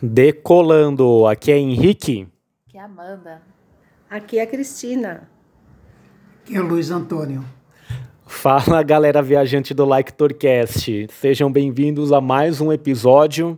Decolando, aqui é Henrique. Aqui é a Amanda. Aqui é a Cristina. Aqui é o Luiz Antônio. Fala, galera viajante do LikeTourCast. Sejam bem-vindos a mais um episódio.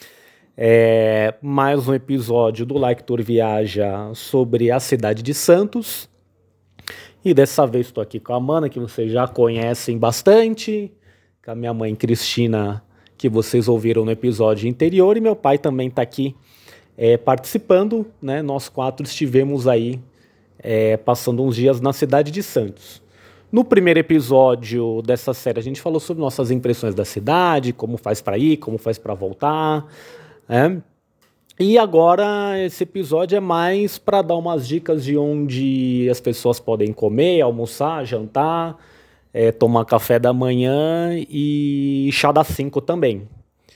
Mais um episódio do LikeTour Viaja sobre a cidade de Santos. E dessa vez estou aqui com a Amanda, que vocês já conhecem bastante, com a minha mãe Cristina, que vocês ouviram no episódio anterior, e meu pai também está aqui participando, né? Nós quatro estivemos aí passando uns dias na cidade de Santos. No primeiro episódio dessa série, a gente falou sobre nossas impressões da cidade, como faz para ir, como faz para voltar, né? E agora esse episódio é mais para dar umas dicas de onde as pessoas podem comer, almoçar, jantar, tomar café da manhã e chá das 5 também.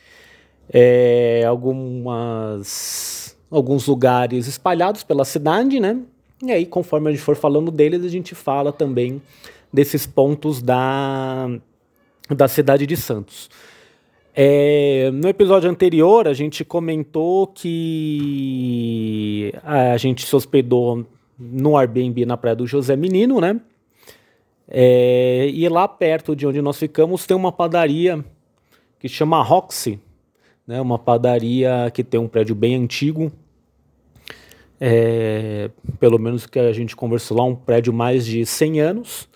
Alguns lugares espalhados pela cidade, né? E aí, conforme a gente for falando deles, a gente fala também desses pontos da cidade de Santos. No episódio anterior, a gente comentou que a gente se hospedou no Airbnb na Praia do José Menino, né? E lá perto de onde nós ficamos tem uma padaria que chama Roxy, né? Uma padaria que tem um prédio bem antigo. Pelo menos que a gente conversou lá, um prédio mais de 100 anos.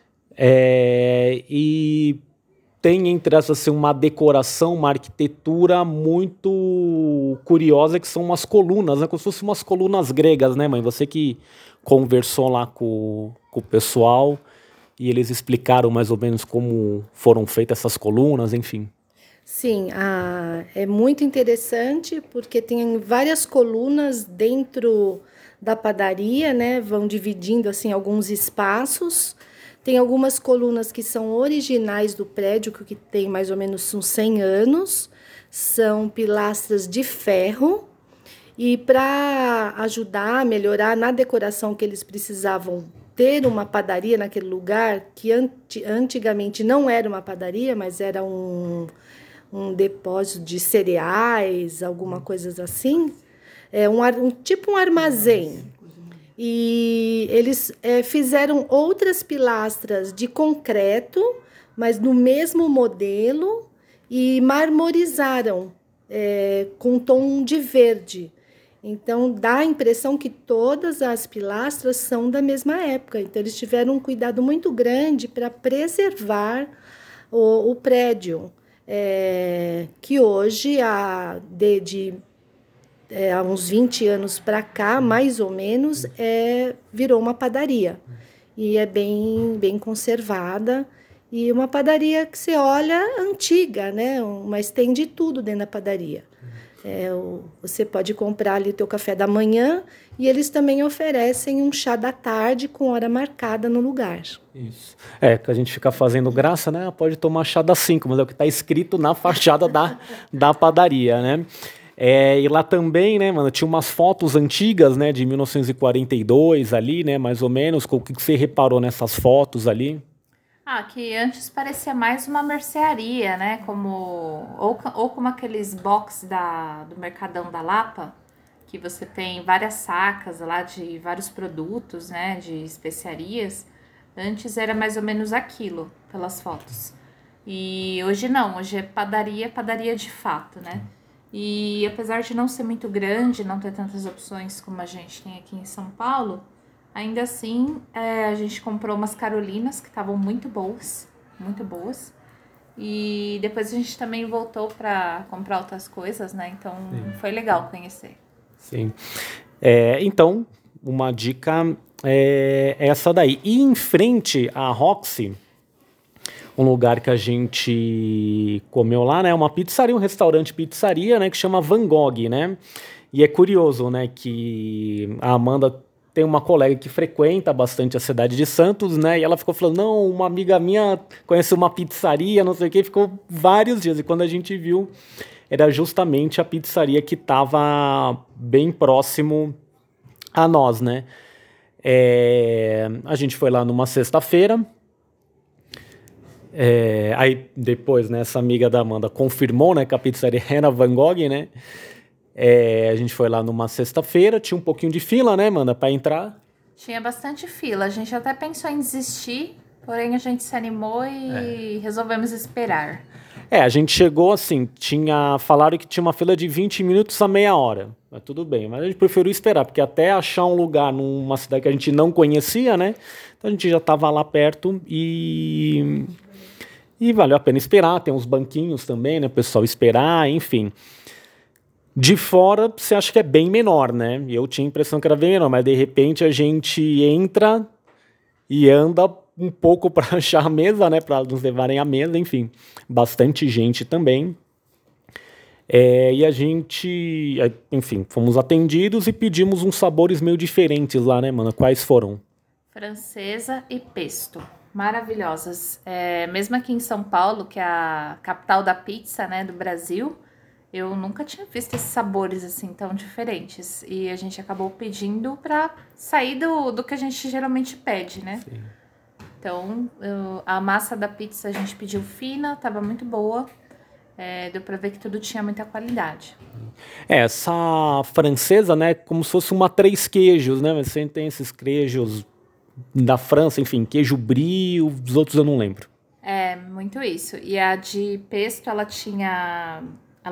E tem entre essas assim, uma decoração, uma arquitetura muito curiosa, que são umas colunas, né? Como se fossem umas colunas gregas, né, mãe? Você que conversou lá com o pessoal e eles explicaram mais ou menos como foram feitas essas colunas, enfim. Sim, é muito interessante porque tem várias colunas dentro da padaria, né? Vão dividindo assim alguns espaços. Tem algumas colunas que são originais do prédio, que tem mais ou menos uns 100 anos. São pilastras de ferro. E para ajudar a melhorar na decoração que eles precisavam ter uma padaria naquele lugar, que antigamente não era uma padaria, mas era um depósito de cereais, alguma coisa assim. Tipo um armazém. E eles fizeram outras pilastras de concreto, mas no mesmo modelo, e marmorizaram com tom de verde. Então, dá a impressão que todas as pilastras são da mesma época. Então, eles tiveram um cuidado muito grande para preservar o prédio, que hoje, há uns 20 anos para cá, mais ou menos, virou uma padaria. E é bem, bem conservada. E uma padaria que você olha antiga, né? Mas tem de tudo dentro da padaria. Você pode comprar ali o teu café da manhã e eles também oferecem um chá da tarde com hora marcada no lugar. Isso. Que a gente fica fazendo graça, né? Pode tomar chá das 5, mas é o que está escrito na fachada da padaria, né? E lá também, né, mano, tinha umas fotos antigas, né, de 1942 ali, né, mais ou menos. O que você reparou nessas fotos ali? Que antes parecia mais uma mercearia, né, ou como aqueles box do Mercadão da Lapa, que você tem várias sacas lá de vários produtos, né, de especiarias. Antes era mais ou menos aquilo, pelas fotos. E hoje não, hoje é padaria de fato, né? E apesar de não ser muito grande, não ter tantas opções como a gente tem aqui em São Paulo, ainda assim a gente comprou umas carolinas que estavam muito boas, muito boas. E depois a gente também voltou para comprar outras coisas, né? Então foi legal conhecer. Sim. Então, uma dica é essa daí. E em frente à Roxy, um lugar que a gente comeu lá, né? Uma pizzaria, um restaurante pizzaria, né? Que chama Van Gogh, né? E é curioso, né? Que a Amanda tem uma colega que frequenta bastante a cidade de Santos, né? E ela ficou falando, não, uma amiga minha conhece uma pizzaria, não sei o quê. Ficou vários dias. E quando a gente viu, era justamente a pizzaria que estava bem próximo a nós, né? A gente foi lá numa sexta-feira. Aí depois, né, essa amiga da Amanda confirmou, né, que a pizzaria era Van Gogh, né? A gente foi lá numa sexta-feira, tinha um pouquinho de fila, né, Amanda, para entrar. Tinha bastante fila. A gente até pensou em desistir, porém a gente se animou e resolvemos esperar. A gente chegou assim, falaram que tinha uma fila de 20 minutos a meia hora. Mas tudo bem, mas a gente preferiu esperar, porque até achar um lugar numa cidade que a gente não conhecia, né? Então a gente já estava lá perto e valeu a pena esperar. Tem uns banquinhos também, né? O pessoal esperar, enfim. De fora, você acha que é bem menor, né? Eu tinha a impressão que era bem menor, mas de repente a gente entra e anda um pouco para achar a mesa, né? Para nos levarem à mesa, enfim. Bastante gente também. E a gente, enfim, fomos atendidos e pedimos uns sabores meio diferentes lá, né, mano? Quais foram? Francesa e pesto. Maravilhosas. Mesmo aqui em São Paulo, que é a capital da pizza, né, do Brasil, eu nunca tinha visto esses sabores assim tão diferentes. E a gente acabou pedindo para sair do que a gente geralmente pede, né? Sim. Então, a massa da pizza a gente pediu fina, tava muito boa. Deu para ver que tudo tinha muita qualidade. Essa francesa, né, como se fosse uma 3 queijos, né? Você tem esses queijos da França, enfim, queijo brie, os outros eu não lembro. Muito isso. E a de pesto, ela tinha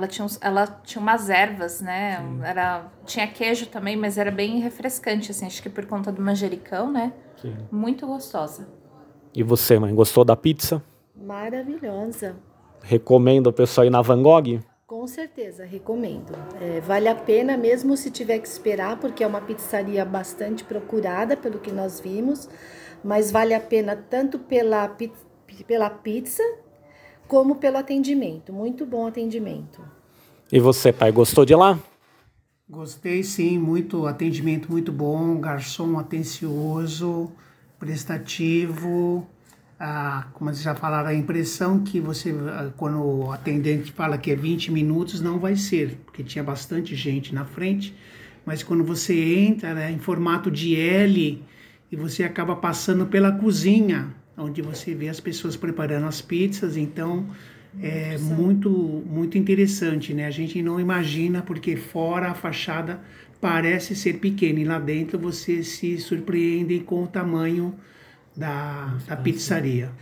umas ervas, né? Tinha queijo também, mas era bem refrescante, assim, acho que por conta do manjericão, né? Sim. Muito gostosa. E você, mãe, gostou da pizza? Maravilhosa. Recomendo o pessoal ir na Van Gogh? Com certeza, recomendo. Vale a pena mesmo se tiver que esperar, porque é uma pizzaria bastante procurada, pelo que nós vimos, mas vale a pena tanto pela pizza, como pelo atendimento. Muito bom atendimento. E você, pai, gostou de lá? Gostei, sim. Atendimento muito bom, garçom atencioso, prestativo. Como vocês já falaram, a impressão que você, quando o atendente fala que é 20 minutos, não vai ser, porque tinha bastante gente na frente, mas quando você entra, né, em formato de L, e você acaba passando pela cozinha, onde você vê as pessoas preparando as pizzas, então é muito, muito interessante, né? A gente não imagina, porque fora a fachada parece ser pequena, e lá dentro você se surpreende com o tamanho da pizzaria.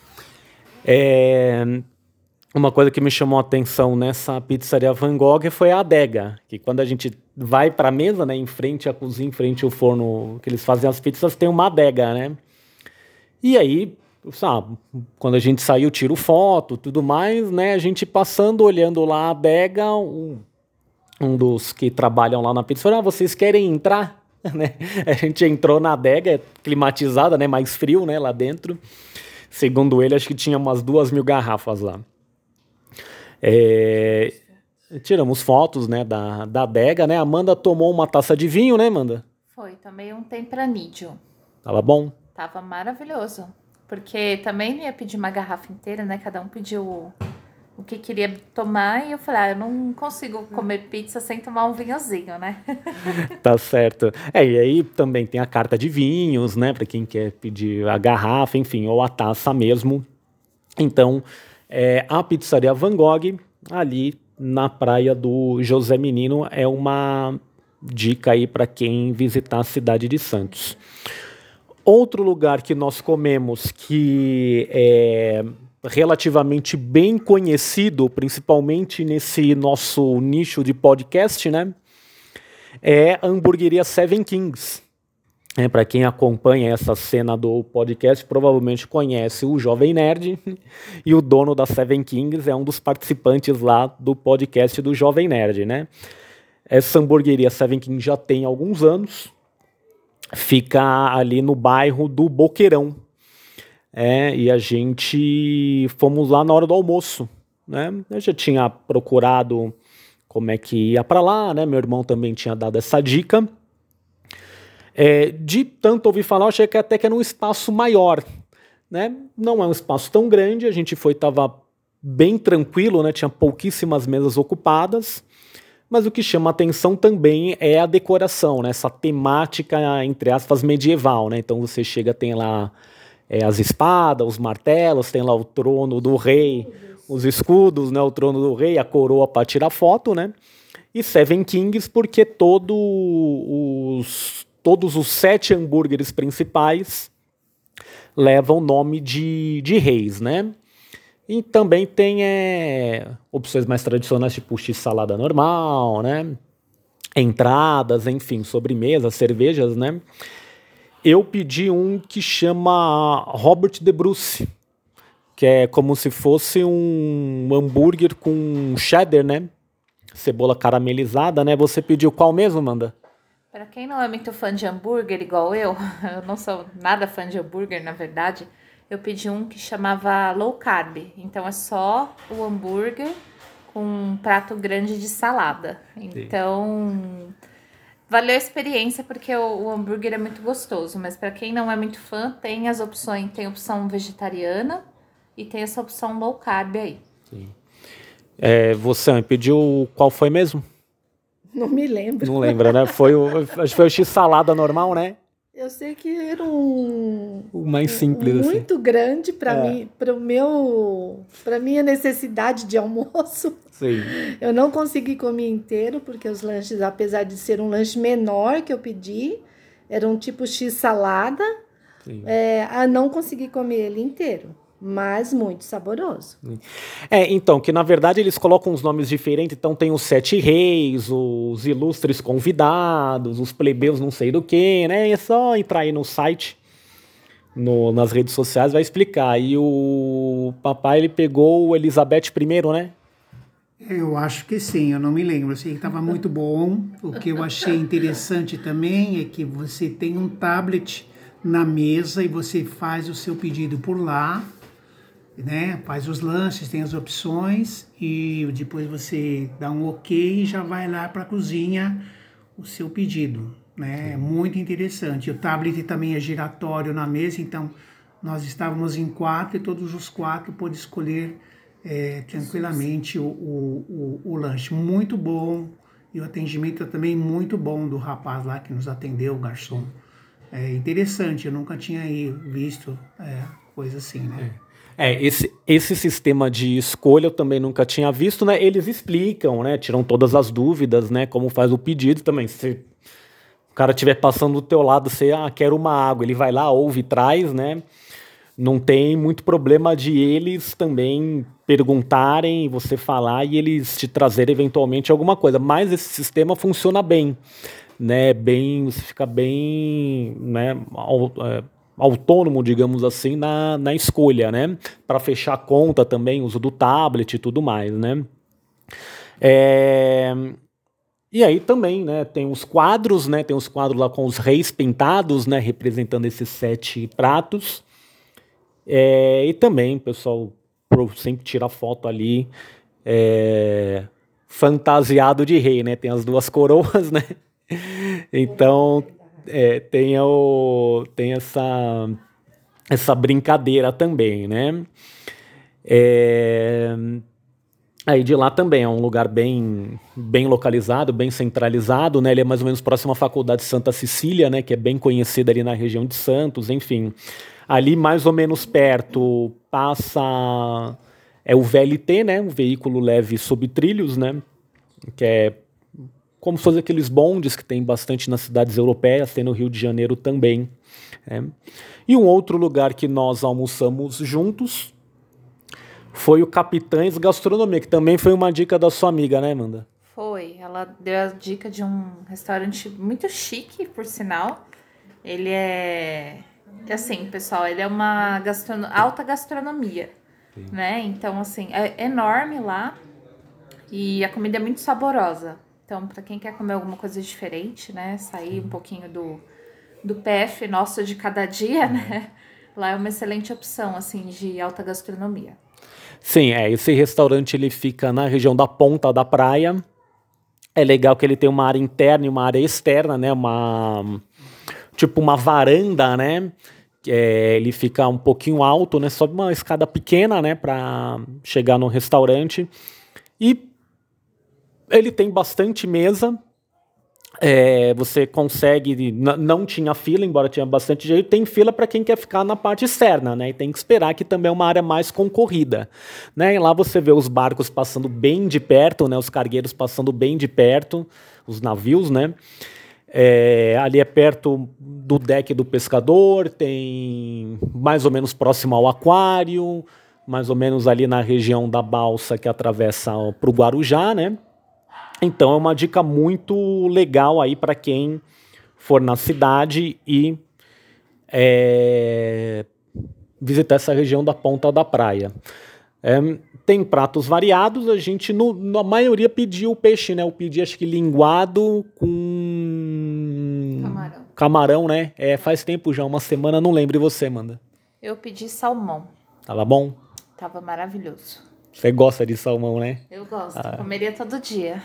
Uma coisa que me chamou a atenção nessa pizzaria Van Gogh foi a adega, que quando a gente vai para a mesa, né, em frente à cozinha, em frente ao forno que eles fazem as pizzas, tem uma adega, né? E aí, sabe, quando a gente saiu, tiro foto, tudo mais, né? A gente passando, olhando lá a adega, um dos que trabalham lá na pizza falou: vocês querem entrar? Né? A gente entrou na adega, climatizada, né? Mais frio, né? Lá dentro. Segundo ele, acho que tinha umas 2.000 garrafas lá. Tiramos fotos, né? Da adega, né? A Amanda tomou uma taça de vinho, né, Amanda? Foi, tomei um Tempranillo. Tava bom? Tava maravilhoso. Porque também ia pedir uma garrafa inteira, né? Cada um pediu o que queria tomar, e eu falei, eu não consigo comer pizza sem tomar um vinhozinho, né? Tá certo. E aí também tem a carta de vinhos, né? Para quem quer pedir a garrafa, enfim, ou a taça mesmo. Então, a pizzaria Van Gogh, ali na praia do José Menino, é uma dica aí para quem visitar a cidade de Santos. Outro lugar que nós comemos que é relativamente bem conhecido, principalmente nesse nosso nicho de podcast, né? É a hamburgueria Seven Kings. Para quem acompanha essa cena do podcast, provavelmente conhece o Jovem Nerd, e o dono da Seven Kings é um dos participantes lá do podcast do Jovem Nerd, né? Essa hamburgueria Seven Kings já tem alguns anos, fica ali no bairro do Boqueirão. E a gente fomos lá na hora do almoço, né? Eu já tinha procurado como é que ia para lá, né? Meu irmão também tinha dado essa dica. De tanto ouvir falar, eu achei que até que era um espaço maior, né? Não é um espaço tão grande, a gente foi, estava bem tranquilo, né? Tinha pouquíssimas mesas ocupadas, mas o que chama atenção também é a decoração, né? Essa temática, entre aspas, medieval, né? Então você chega, tem lá as espadas, os martelos, tem lá o trono do rei, os escudos, né? O trono do rei, a coroa para tirar foto, né? E Seven Kings porque todos os 7 hambúrgueres principais levam o nome de reis, né? E também tem opções mais tradicionais, tipo x-salada normal, né? Entradas, enfim, sobremesas, cervejas, né? Eu pedi um que chama Robert de Bruce, que é como se fosse um hambúrguer com cheddar, né? Cebola caramelizada, né? Você pediu qual mesmo, Amanda? Para quem não é muito fã de hambúrguer igual eu não sou nada fã de hambúrguer, na verdade, eu pedi um que chamava low carb. Então é só o hambúrguer com um prato grande de salada. Então valeu a experiência porque o hambúrguer é muito gostoso. Mas para quem não é muito fã, tem as opções, tem opção vegetariana e tem essa opção low carb aí. Sim. Você pediu qual foi mesmo? Não me lembro. Não lembra, né? Acho que foi o x-salada normal, né? Eu sei que era o mais simples, muito assim. grande para mim, para minha necessidade de almoço. Sim. Eu não consegui comer inteiro porque os lanches, apesar de ser um lanche menor que eu pedi, era um tipo x-salada. Não consegui comer ele inteiro. Mas muito saboroso. Então, que na verdade eles colocam uns nomes diferentes, então tem os 7 reis, os ilustres convidados, os plebeus não sei do que, né? É só entrar aí no site, nas redes sociais, vai explicar. E o papai, ele pegou o Elizabeth I, né? Eu acho que sim, eu não me lembro. Eu sei que estava muito bom. O que eu achei interessante também é que você tem um tablet na mesa e você faz o seu pedido por lá, né? Faz os lanches, tem as opções e depois você dá um ok e já vai lá para a cozinha o seu pedido, né? É muito interessante. O tablet também é giratório na mesa, então nós estávamos em 4 e todos os 4 podem escolher tranquilamente o lanche. Muito bom e o atendimento também muito bom do rapaz lá que nos atendeu, o garçom. É interessante, eu nunca tinha visto coisa assim, né? Esse sistema de escolha eu também nunca tinha visto, né? Eles explicam, né? Tiram todas as dúvidas, né? Como faz o pedido também. Se o cara estiver passando do teu lado, você, quero uma água, ele vai lá, ouve e traz, né? Não tem muito problema de eles também perguntarem, você falar e eles te trazerem eventualmente alguma coisa. Mas esse sistema funciona bem, né? Você fica bem, né? Autônomo, digamos assim, na escolha, né? Para fechar a conta também, uso do tablet e tudo mais, né? E aí também, né? Tem os quadros, né? Tem os quadros lá com os reis pintados, né? Representando esses 7 pratos. E também, pessoal, sempre tira foto ali fantasiado de rei, né? Tem as 2 coroas, né? Então tem essa brincadeira também, né? Aí de lá também é um lugar bem localizado, bem centralizado, né? Ele é mais ou menos próximo à Faculdade Santa Cecília, né? Que é bem conhecida ali na região de Santos, enfim. Ali mais ou menos perto passa o VLT, né? Um veículo leve sob trilhos, né? Que é como se fosse aqueles bondes que tem bastante nas cidades europeias, tem no Rio de Janeiro também. Né? E um outro lugar que nós almoçamos juntos foi o Capitães Gastronomia, que também foi uma dica da sua amiga, né, Amanda? Foi, ela deu a dica de um restaurante muito chique, por sinal. Ele assim, pessoal, ele é uma alta gastronomia, né? Então, assim, é enorme lá e a comida é muito saborosa. Então, para quem quer comer alguma coisa diferente, né? Sair um pouquinho do PF nosso de cada dia, né? Lá é uma excelente opção, assim, de alta gastronomia. Sim, esse restaurante ele fica na região da Ponta da Praia. É legal que ele tem uma área interna e uma área externa, né? Tipo uma varanda, né? Ele fica um pouquinho alto, né? Sobe uma escada pequena, né? Para chegar no restaurante. E ele tem bastante mesa. Você consegue, não tinha fila, embora tinha bastante gente, tem fila para quem quer ficar na parte externa, né? E tem que esperar, que também é uma área mais concorrida, né? E lá você vê os barcos passando bem de perto, né? Os cargueiros passando bem de perto, os navios, né? Ali é perto do deck do pescador, tem mais ou menos próximo ao aquário, mais ou menos ali na região da balsa que atravessa para o Guarujá, né? Então é uma dica muito legal aí para quem for na cidade e visitar essa região da Ponta da Praia. Tem pratos variados, a gente na maioria pediu peixe, né? Eu pedi acho que linguado com camarão, né? Faz tempo já, uma semana, não lembro. E você, Amanda? Eu pedi salmão. Tava bom? Tava maravilhoso. Você gosta de salmão, né? Eu gosto, comeria todo dia.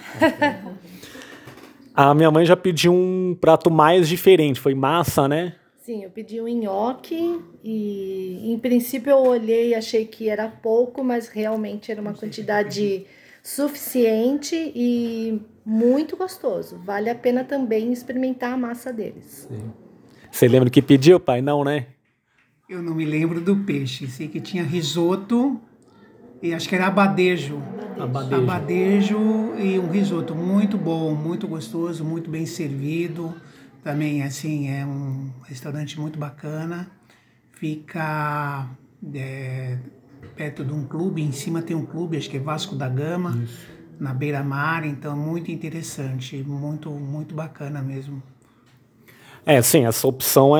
A minha mãe já pediu um prato mais diferente, foi massa, né? Sim, eu pedi um nhoque e, em princípio, eu olhei e achei que era pouco, mas realmente era uma quantidade suficiente e muito gostoso. Vale a pena também experimentar a massa deles. Sim. Você lembra que pediu, pai? Não, né? Eu não me lembro do peixe. Sei que tinha risoto e acho que era abadejo. Abadejo e um risoto muito bom, muito gostoso, muito bem servido. Também, assim, é um restaurante muito bacana. Fica perto de um clube, em cima tem um clube, acho que é Vasco da Gama, isso, na beira-mar. Então, muito interessante, muito, muito bacana mesmo. Sim, essa opção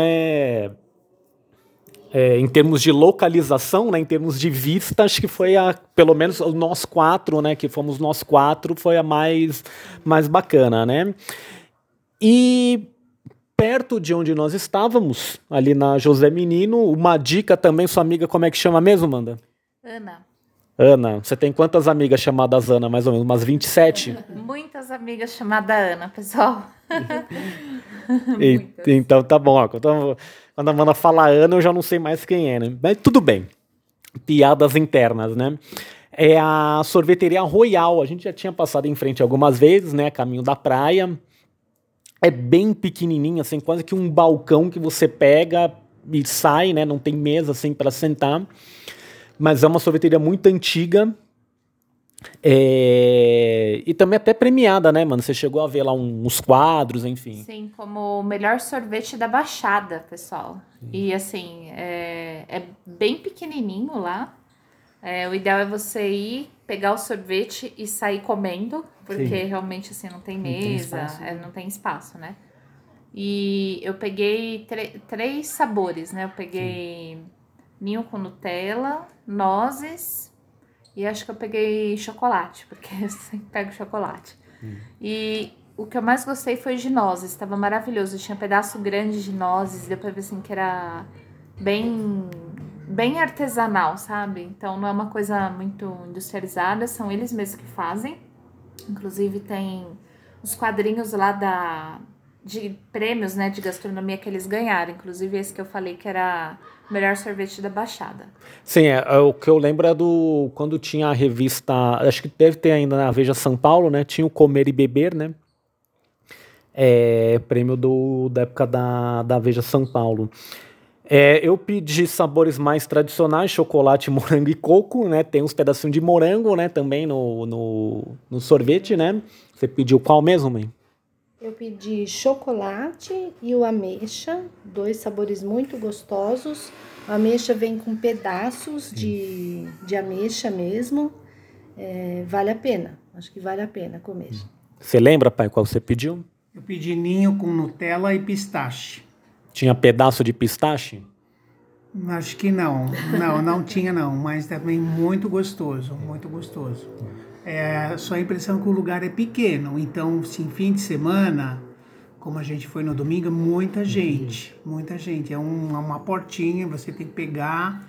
em termos de localização, né, em termos de vista, acho que foi pelo menos nós quatro, né, que fomos nós quatro, foi a mais bacana, né? E perto de onde nós estávamos, ali na José Menino, uma dica também, sua amiga, como é que chama mesmo, Amanda? Ana, você tem quantas amigas chamadas Ana, mais ou menos? Umas 27? Muitas amigas chamadas Ana, pessoal. Então tá bom, ó, quando a Amanda fala Ana, eu já não sei mais quem é, né? Mas tudo bem, piadas internas, né? É a sorveteria Royal, a gente já tinha passado em frente algumas vezes, né? Caminho da praia. É bem pequenininho, assim, quase que um balcão que você pega e sai, né? Não tem mesa, assim, para sentar. Mas é uma sorveteria muito antiga. E também até premiada, né, mano? Você chegou a ver lá uns quadros, enfim. Sim, como o melhor sorvete da Baixada, pessoal. Sim. E, assim, é bem pequenininho lá. O ideal é você ir, pegar o sorvete e sair comendo, porque sim, realmente, assim, não tem mesa, não tem espaço, né? E eu peguei 3 sabores, né? Eu peguei ninho com Nutella, nozes e acho que eu peguei chocolate, porque eu sempre pego chocolate. E o que eu mais gostei foi de nozes, estava maravilhoso. Tinha um pedaço grande de nozes, deu pra ver assim que era bem artesanal, sabe? Então não é uma coisa muito industrializada, são eles mesmos que fazem. Inclusive tem os quadrinhos lá de prêmios, né, de gastronomia que eles ganharam. Inclusive esse que eu falei que era o melhor sorvete da Baixada. Sim, o que eu lembro é quando tinha a revista, acho que deve ter ainda na Veja São Paulo, né? Tinha o Comer e Beber, né? Prêmio da época da Veja São Paulo. Eu pedi sabores mais tradicionais, chocolate, morango e coco, né? Tem uns pedacinhos de morango, né? Também no sorvete, né? Você pediu qual mesmo, mãe? Eu pedi chocolate e o ameixa, 2 sabores muito gostosos. A ameixa vem com pedaços de ameixa mesmo. Vale a pena, acho que vale a pena comer. Você lembra, pai, qual você pediu? Eu pedi ninho com Nutella e pistache. Tinha pedaço de pistache? Acho que não. Não tinha não, mas também muito gostoso, muito gostoso. Só a impressão que o lugar é pequeno, então, sim, fim de semana, como a gente foi no domingo, muita gente. É uma portinha, você tem que pegar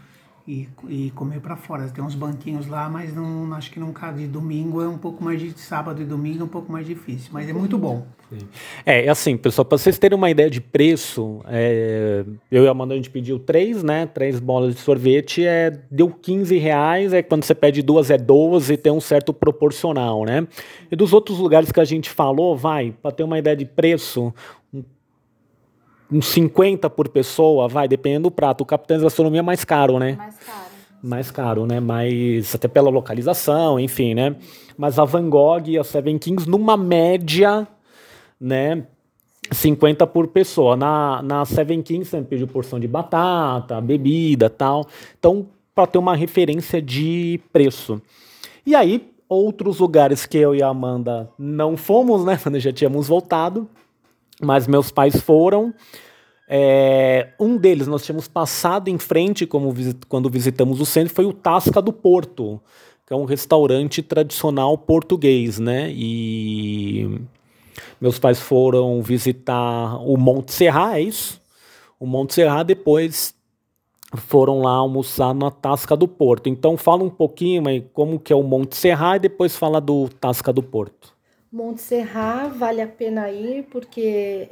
e comer para fora. Tem uns banquinhos lá, mas não acho que não cabe. Domingo é um pouco mais de sábado e domingo é um pouco mais difícil, mas é muito bom. Assim, pessoal, para vocês terem uma ideia de preço, eu e a Amanda, a gente pediu 3, né? 3 bolas de sorvete, deu R$ 15, quando você pede 2 é 12, tem um certo proporcional, né? E dos outros lugares que a gente falou, para ter uma ideia de preço, uns 50 por pessoa, dependendo do prato. O Capitães da Gastronomia é mais caro, né? Mais caro, né? Mas até pela localização, enfim, né? Mas a Van Gogh e a Seven Kings, numa média, né? 50 por pessoa. Na Seven Kings, você pediu porção de batata, bebida, tal. Então, para ter uma referência de preço. E aí, outros lugares que eu e a Amanda não fomos, né? Quando já tínhamos voltado, mas meus pais foram. Um deles nós tínhamos passado em frente quando visitamos o centro, foi o Tasca do Porto, que é um restaurante tradicional português, né? E meus pais foram visitar o Monte Serra, é isso? O Monte Serra, depois foram lá almoçar na Tasca do Porto. Então fala um pouquinho aí como que é o Monte Serra e depois fala do Tasca do Porto. Monte Serra vale a pena ir porque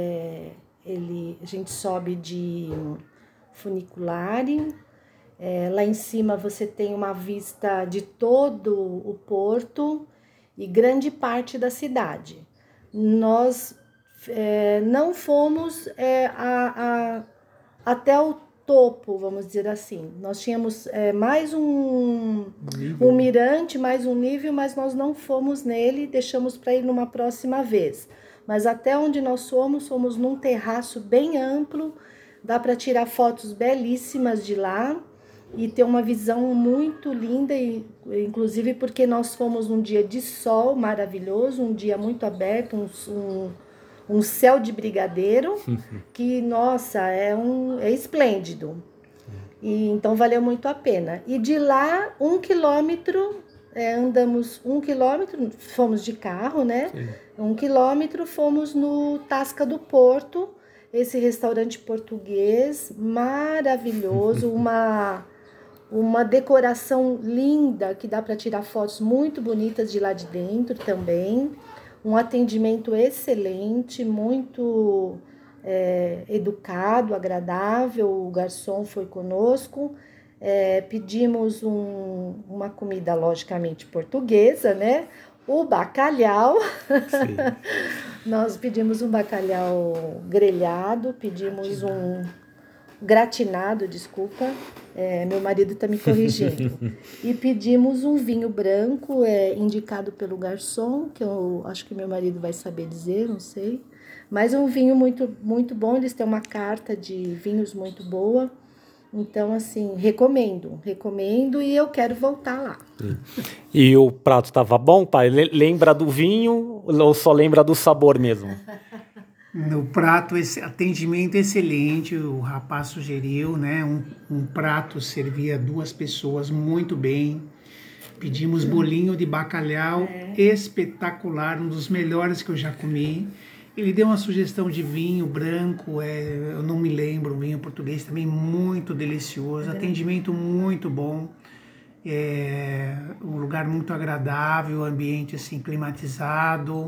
a gente sobe de funiculare. Lá em cima você tem uma vista de todo o porto e grande parte da cidade. Nós não fomos até o topo, vamos dizer assim. Nós tínhamos mais um mirante, mais um nível, mas nós não fomos nele, deixamos para ir numa próxima vez. Mas até onde nós fomos num terraço bem amplo, dá para tirar fotos belíssimas de lá e ter uma visão muito linda, inclusive porque nós fomos num dia de sol maravilhoso, um dia muito aberto, um céu de brigadeiro, que, nossa, é esplêndido. E, então, valeu muito a pena. E de lá, 1 quilômetro, andamos 1 quilômetro, fomos de carro, né? Sim. 1 quilômetro, fomos no Tasca do Porto, esse restaurante português maravilhoso, uma decoração linda, que dá para tirar fotos muito bonitas de lá de dentro também. Um atendimento excelente, muito educado, agradável. O garçom foi conosco. Pedimos uma comida, logicamente, portuguesa, né? O bacalhau. Nós pedimos um bacalhau grelhado, pedimos um gratinado, desculpa. Meu marido está me corrigindo. E pedimos um vinho branco, indicado pelo garçom, que eu acho que meu marido vai saber dizer, não sei. Mas um vinho muito, muito bom, eles têm uma carta de vinhos muito boa. Então, assim, recomendo e eu quero voltar lá. E o prato estava bom, pai? Lembra do vinho ou só lembra do sabor mesmo? No prato, esse atendimento excelente, o rapaz sugeriu, né? Um prato servia 2 pessoas muito bem. Pedimos bolinho de bacalhau espetacular, um dos melhores que eu já comi. Ele deu uma sugestão de vinho branco, eu não me lembro, vinho português também muito delicioso, atendimento muito bom, um lugar muito agradável, ambiente assim climatizado.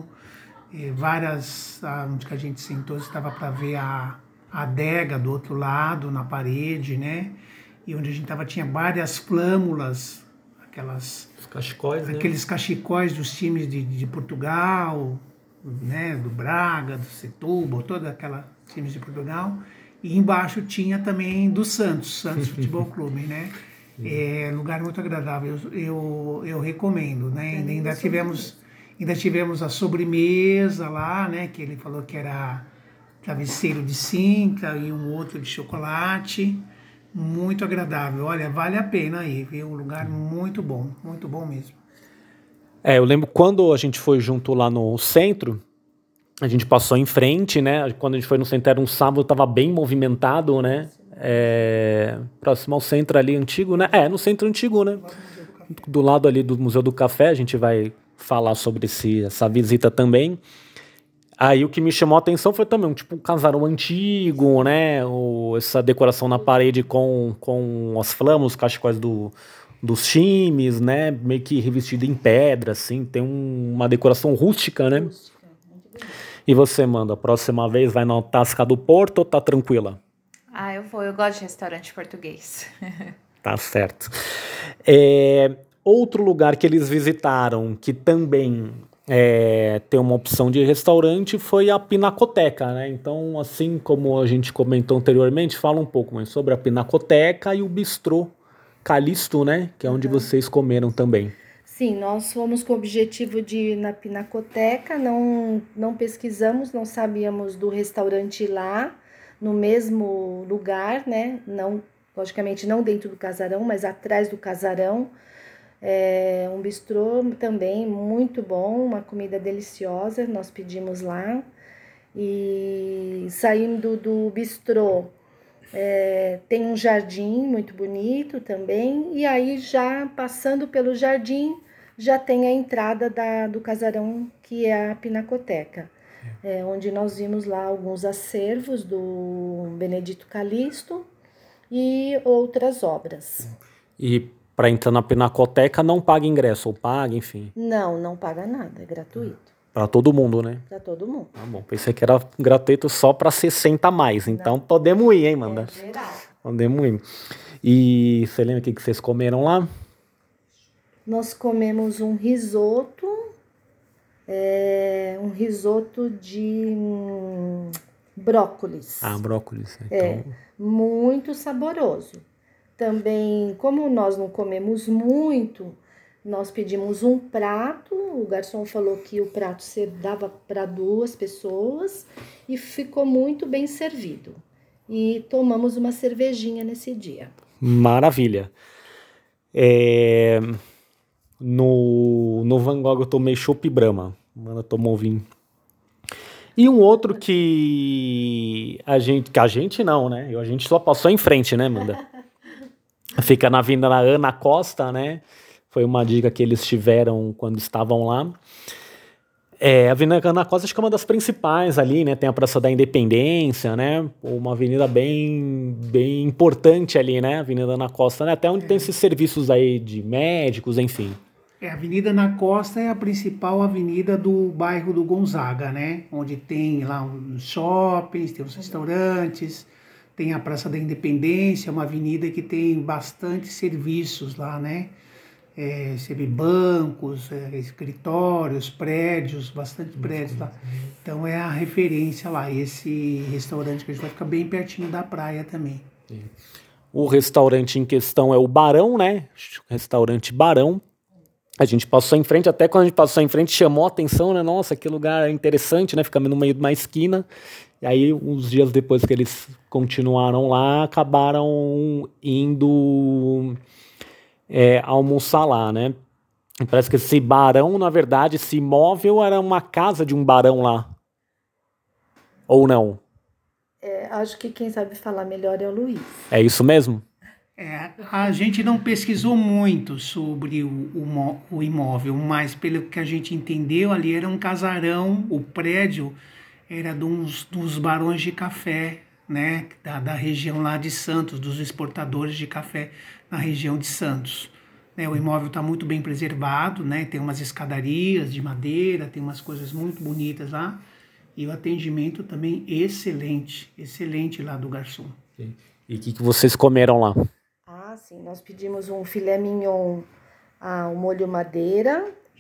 Onde que a gente sentou, estava para ver a adega do outro lado, na parede, né? E onde a gente estava tinha várias flâmulas, aqueles cachecóis dos times de Portugal, né? Do Braga, do Setúbal, toda aquela times de Portugal. E embaixo tinha também do Santos Futebol Clube, né? Lugar muito agradável, eu recomendo, né? Ainda tivemos a sobremesa lá, né? Que ele falou que era travesseiro de cinta e um outro de chocolate. Muito agradável. Olha, vale a pena ir, viu? Um lugar muito bom mesmo. Eu lembro quando a gente foi junto lá no centro, a gente passou em frente, né? Quando a gente foi no centro era um sábado, estava bem movimentado, né? Próximo ao centro ali antigo, né? No centro antigo, né? Do lado ali do Museu do Café, a gente vai falar sobre essa visita também. Aí o que me chamou a atenção foi também um casarão antigo, né? Essa decoração na parede com as flâmulas, os cachecóis dos times, né? Meio que revestido em pedra, assim. Tem uma decoração rústica, né? E você, Manda, a próxima vez vai na Tasca do Porto ou tá tranquila? Ah, eu vou. Eu gosto de restaurante português. Tá certo. Outro lugar que eles visitaram, que também tem uma opção de restaurante, foi a Pinacoteca, né? Então, assim como a gente comentou anteriormente, fala um pouco mais sobre a Pinacoteca e o Bistrô Calixto, né? Que é onde vocês comeram também. Sim, nós fomos com o objetivo de ir na Pinacoteca, não pesquisamos, não sabíamos do restaurante lá, no mesmo lugar, né? Não, logicamente não dentro do casarão, mas atrás do casarão. Um bistrô também muito bom, uma comida deliciosa, nós pedimos lá. E saindo do bistrô, tem um jardim muito bonito também, e aí já passando pelo jardim, já tem a entrada do casarão, que é a Pinacoteca, onde nós vimos lá alguns acervos do Benedito Calixto e outras obras. E para entrar na Pinacoteca não paga ingresso, ou paga, enfim. Não paga nada, é gratuito. Para todo mundo, né? Para todo mundo. Tá bom, pensei que era gratuito só para 60 a mais. Então podemos ir, hein, Manda? É geral. Podemos ir. E você lembra o que vocês comeram lá? Nós comemos um risoto de brócolis. Ah, brócolis. Então... Muito saboroso. Também, como nós não comemos muito, nós pedimos um prato. O garçom falou que o prato dava para 2 pessoas e ficou muito bem servido. E tomamos uma cervejinha nesse dia. Maravilha. No Van Gogh eu tomei chopp Brahma. Manda tomou vinho. E um outro que a gente não, né? A gente só passou em frente, né, Manda? Fica na Avenida Ana Costa, né? Foi uma dica que eles tiveram quando estavam lá. A Avenida Ana Costa acho que é uma das principais ali, né? Tem a Praça da Independência, né? Uma avenida bem importante ali, né? Avenida Ana Costa, né? Até onde tem esses serviços aí de médicos, enfim. A Avenida Ana Costa é a principal avenida do bairro do Gonzaga, né? Onde tem lá os shoppings, tem os restaurantes, tem a Praça da Independência, uma avenida que tem bastante serviços lá, né? Bancos, escritórios, prédios, bastante prédios lá. Então é a referência lá, esse restaurante que a gente vai ficar bem pertinho da praia também. O restaurante em questão é o Barão, né? Restaurante Barão. A gente passou em frente, até quando a gente passou em frente chamou a atenção, né? Nossa, que lugar interessante, né? Fica no meio de uma esquina. E aí, uns dias depois que eles continuaram lá, acabaram indo almoçar lá, né? Parece que esse barão, na verdade, esse imóvel era uma casa de um barão lá. Ou não? Acho que quem sabe falar melhor é o Luiz. É isso mesmo? A gente não pesquisou muito sobre o imóvel, mas pelo que a gente entendeu, ali era um casarão, o prédio era dos barões de café, né, da região lá de Santos, dos exportadores de café na região de Santos. O imóvel está muito bem preservado, né, tem umas escadarias de madeira, tem umas coisas muito bonitas lá, e o atendimento também excelente lá do garçom. E o que vocês comeram lá? Sim, nós pedimos um filé mignon ao molho madeira,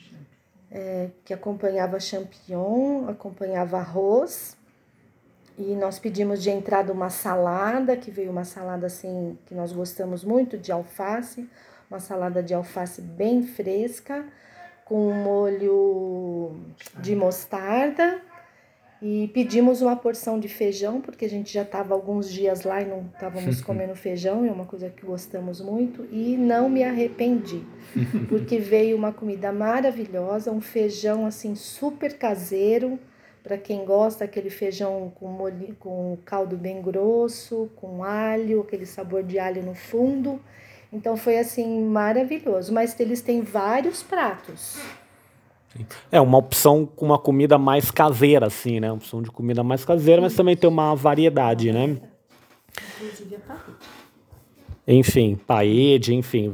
que acompanhava champignon, acompanhava arroz. E nós pedimos de entrada uma salada, que veio uma salada assim, que nós gostamos muito, de alface. Uma salada de alface bem fresca, com molho de mostarda. E pedimos uma porção de feijão, porque a gente já estava alguns dias lá e não estávamos comendo feijão, é uma coisa que gostamos muito, e não me arrependi, porque veio uma comida maravilhosa, um feijão assim super caseiro, para quem gosta, aquele feijão com caldo bem grosso, com alho, aquele sabor de alho no fundo. Então foi assim maravilhoso, mas eles têm vários pratos. É uma opção com uma comida mais caseira, assim, né? Uma opção de comida mais caseira, mas também tem uma variedade, né? Inclusive a paella. Enfim, paella, enfim,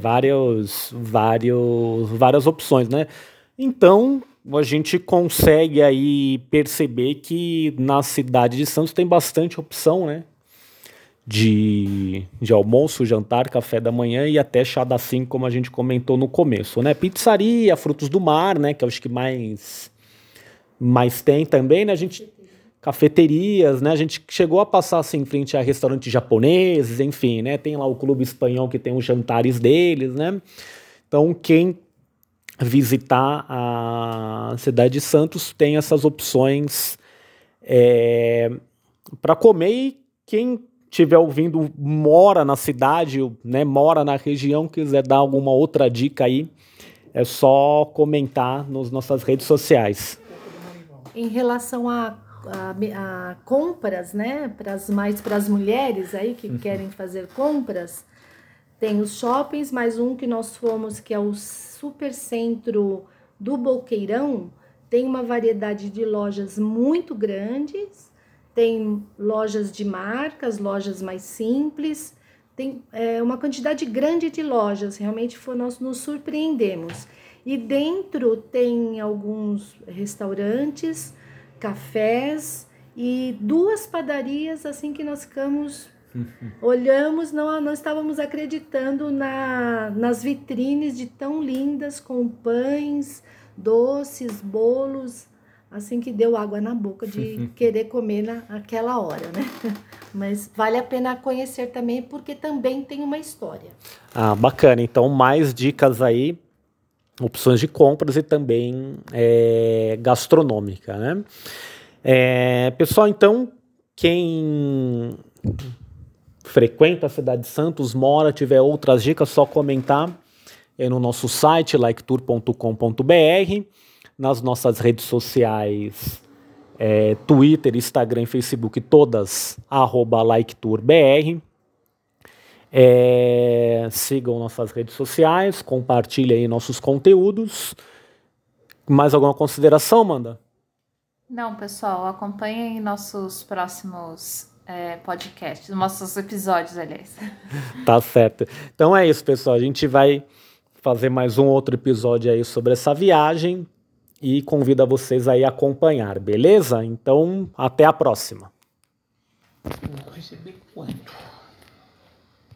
várias opções, né? Então, a gente consegue aí perceber que na cidade de Santos tem bastante opção, né? De almoço, jantar, café da manhã e até chá das 5, como a gente comentou no começo, né? Pizzaria, frutos do mar, né? Que eu acho que mais tem também, né? Cafeterias, né? A gente chegou a passar assim em frente a restaurantes japoneses, enfim, né? Tem lá o Clube Espanhol que tem os jantares deles, né? Então, quem visitar a cidade de Santos tem essas opções para comer, e quem estiver ouvindo mora na cidade, né? Mora na região, quiser dar alguma outra dica aí, é só comentar nas nossas redes sociais. Em relação a compras, né, para as mulheres aí que querem fazer compras, tem os shoppings, mais um que nós fomos, que é o Supercentro do Boqueirão, tem uma variedade de lojas muito grandes, tem lojas de marcas, lojas mais simples, tem uma quantidade grande de lojas, realmente nós nos surpreendemos. E dentro tem alguns restaurantes, cafés e 2 padarias, assim, que nós ficamos, olhamos, não estávamos acreditando nas vitrines de tão lindas, com pães, doces, bolos, assim que deu água na boca de querer comer naquela hora, né? Mas vale a pena conhecer também, porque também tem uma história. Ah, bacana. Então, mais dicas aí, opções de compras e também gastronômica, né? Pessoal, então, quem frequenta a cidade de Santos, mora, tiver outras dicas, só comentar no nosso site, liketour.com.br, nas nossas redes sociais, Twitter, Instagram e Facebook, todas, @liketourbr. Sigam nossas redes sociais, compartilhem aí nossos conteúdos. Mais alguma consideração, Amanda? Não, pessoal, acompanhem nossos próximos podcasts, nossos episódios, aliás. Tá certo. Então é isso, pessoal. A gente vai fazer mais um outro episódio aí sobre essa viagem e convido vocês aí a acompanhar, beleza? Então, até a próxima. Vou receber quanto?